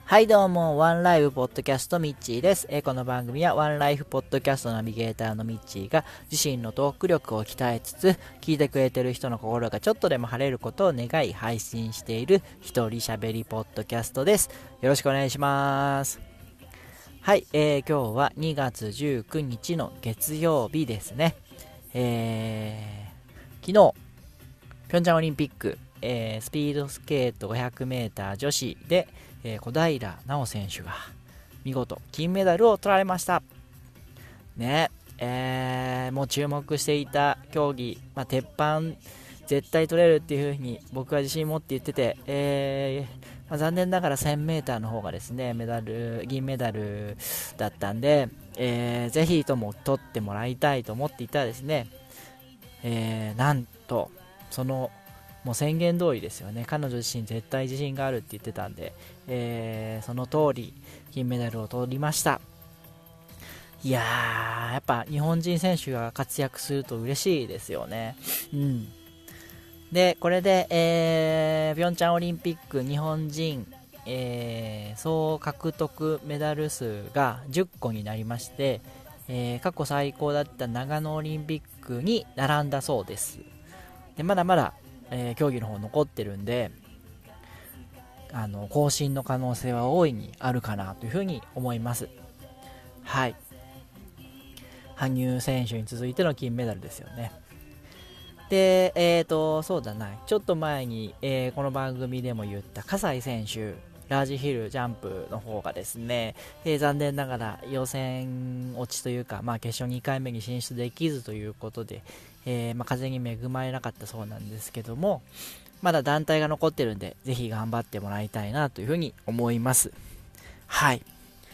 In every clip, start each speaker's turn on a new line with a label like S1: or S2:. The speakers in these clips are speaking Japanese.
S1: はいどうも、ワンライフポッドキャストミッチーです。この番組はワンライフポッドキャストナビゲーターのミッチーが自身のトーク力を鍛えつつ、聞いてくれてる人の心がちょっとでも晴れることを願い配信している一人喋りポッドキャストです。よろしくお願いします。はい、今日は2月19日の月曜日ですね。昨日、ピョンチャンオリンピック、スピードスケート 500m 女子で、小平奈緒選手が見事金メダルを取られましたね。もう注目していた競技、鉄板絶対取れるっていう風に僕は自信持って言ってて、残念ながら 1000m の方がですね銀メダルだったんで、ぜひとも取ってもらいたいと思っていたらですね、なんとそのもう宣言通りですよね。彼女自身絶対自信があるって言ってたんで、その通り金メダルを取りました。いやー、やっぱ日本人選手が活躍すると嬉しいですよね。でこれで、ピョンチャンオリンピック日本人、総獲得メダル数が10個になりまして、過去最高だった長野オリンピックに並んだそうです。でまだまだ競技の方残ってるんで、更新の可能性は大いにあるかなというふうに思います。はい、羽生選手に続いての金メダルですよね。でそうだな、ちょっと前に、この番組でも言った葛西選手、ラージヒルジャンプの方がですね、残念ながら予選落ちというか、決勝2回目に進出できずということで、風に恵まれなかったそうなんですけども、まだ団体が残ってるんで、ぜひ頑張ってもらいたいなというふうに思います。はい。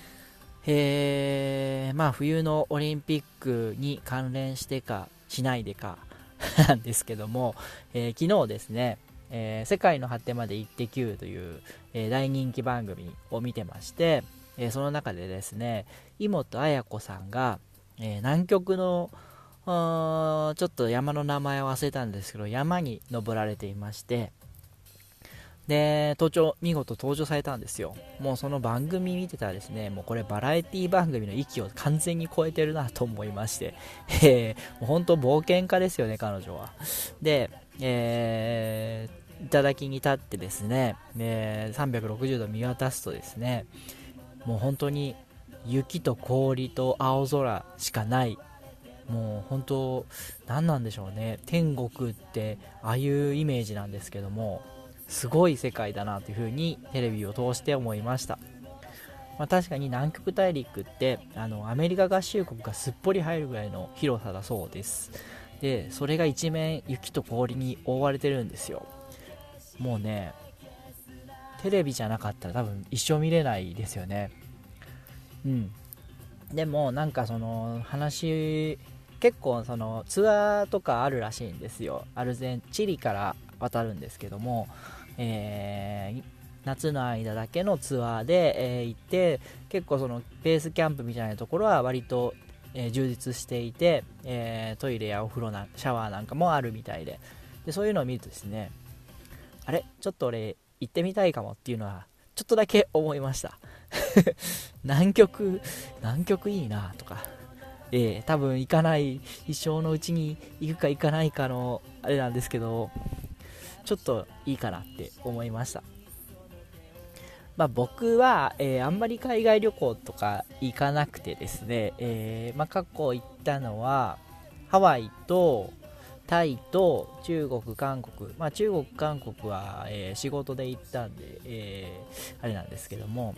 S1: 冬のオリンピックに関連してかしないでかなんですけども、昨日ですね、世界の果てまでイッテ Q という、大人気番組を見てまして、その中でですね、井本彩子さんが、南極のちょっと山の名前を忘れたんですけど、山に登られていまして、で見事登場されたんですよ。もうその番組見てたらですね、もうこれバラエティ番組の域を完全に超えてるなと思いまして、もう本当冒険家ですよね、彼女は。で、頂に立ってですね、360度見渡すとですね、もう本当に雪と氷と青空しかない、もう本当何なんでしょうね、天国ってああいうイメージなんですけども、すごい世界だなというふうにテレビを通して思いました。確かに南極大陸ってアメリカ合衆国がすっぽり入るぐらいの広さだそうです。でそれが一面雪と氷に覆われてるんですよ。もうね、テレビじゃなかったら多分一生見れないですよね。でもなんかその話、結構そのツアーとかあるらしいんですよ。チリから渡るんですけども、夏の間だけのツアーで、行って、結構そのベースキャンプみたいなところは割と、充実していて、トイレやお風呂シャワーなんかもあるみたいで、そういうのを見るとですね、あれちょっと俺行ってみたいかもっていうのはちょっとだけ思いました南極いいなとか、多分行かない、一生のうちに行くか行かないかのあれなんですけど、ちょっといいかなって思いました。僕は、あんまり海外旅行とか行かなくてですね、過去行ったのはハワイとタイと中国韓国、中国韓国は、仕事で行ったんで、あれなんですけども、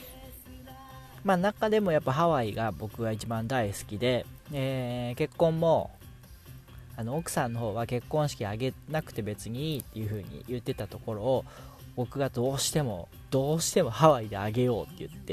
S1: 中でもやっぱハワイが僕は一番大好きで、結婚も奥さんの方は結婚式あげなくて別にいいっていう風に言ってたところを、僕がどうしてもハワイであげようって言って、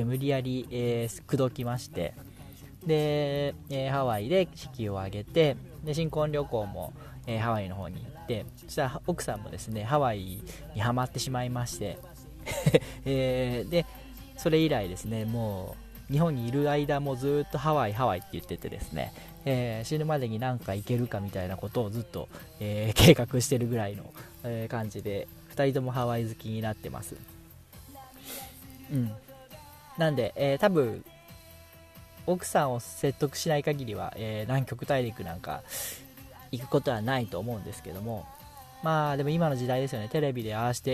S1: 無理やり、口説きまして、で、ハワイで式を挙げて、で新婚旅行も、ハワイの方に行って、そしたら奥さんもですねハワイにハマってしまいましてでそれ以来ですね、もう日本にいる間もずっとハワイって言っててですね、死ぬまでに何か行けるかみたいなことをずっと、計画してるぐらいの、感じで、2人ともハワイ好きになってます。 なんで、多分奥さんを説得しない限りは、南極大陸なんか行くことはないと思うんですけども、まあでも今の時代ですよね。テレビでああして、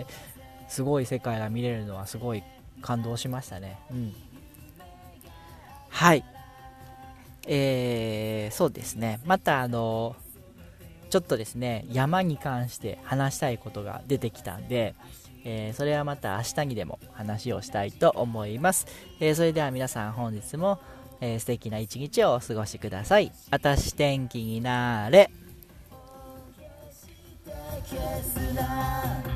S1: すごい世界が見れるのはすごい感動しましたね。はい。そうですね。またちょっとですね、山に関して話したいことが出てきたんで、それはまた明日にでも話をしたいと思います。それでは皆さん本日も、素敵な一日をお過ごしください。あたし天気になーれ。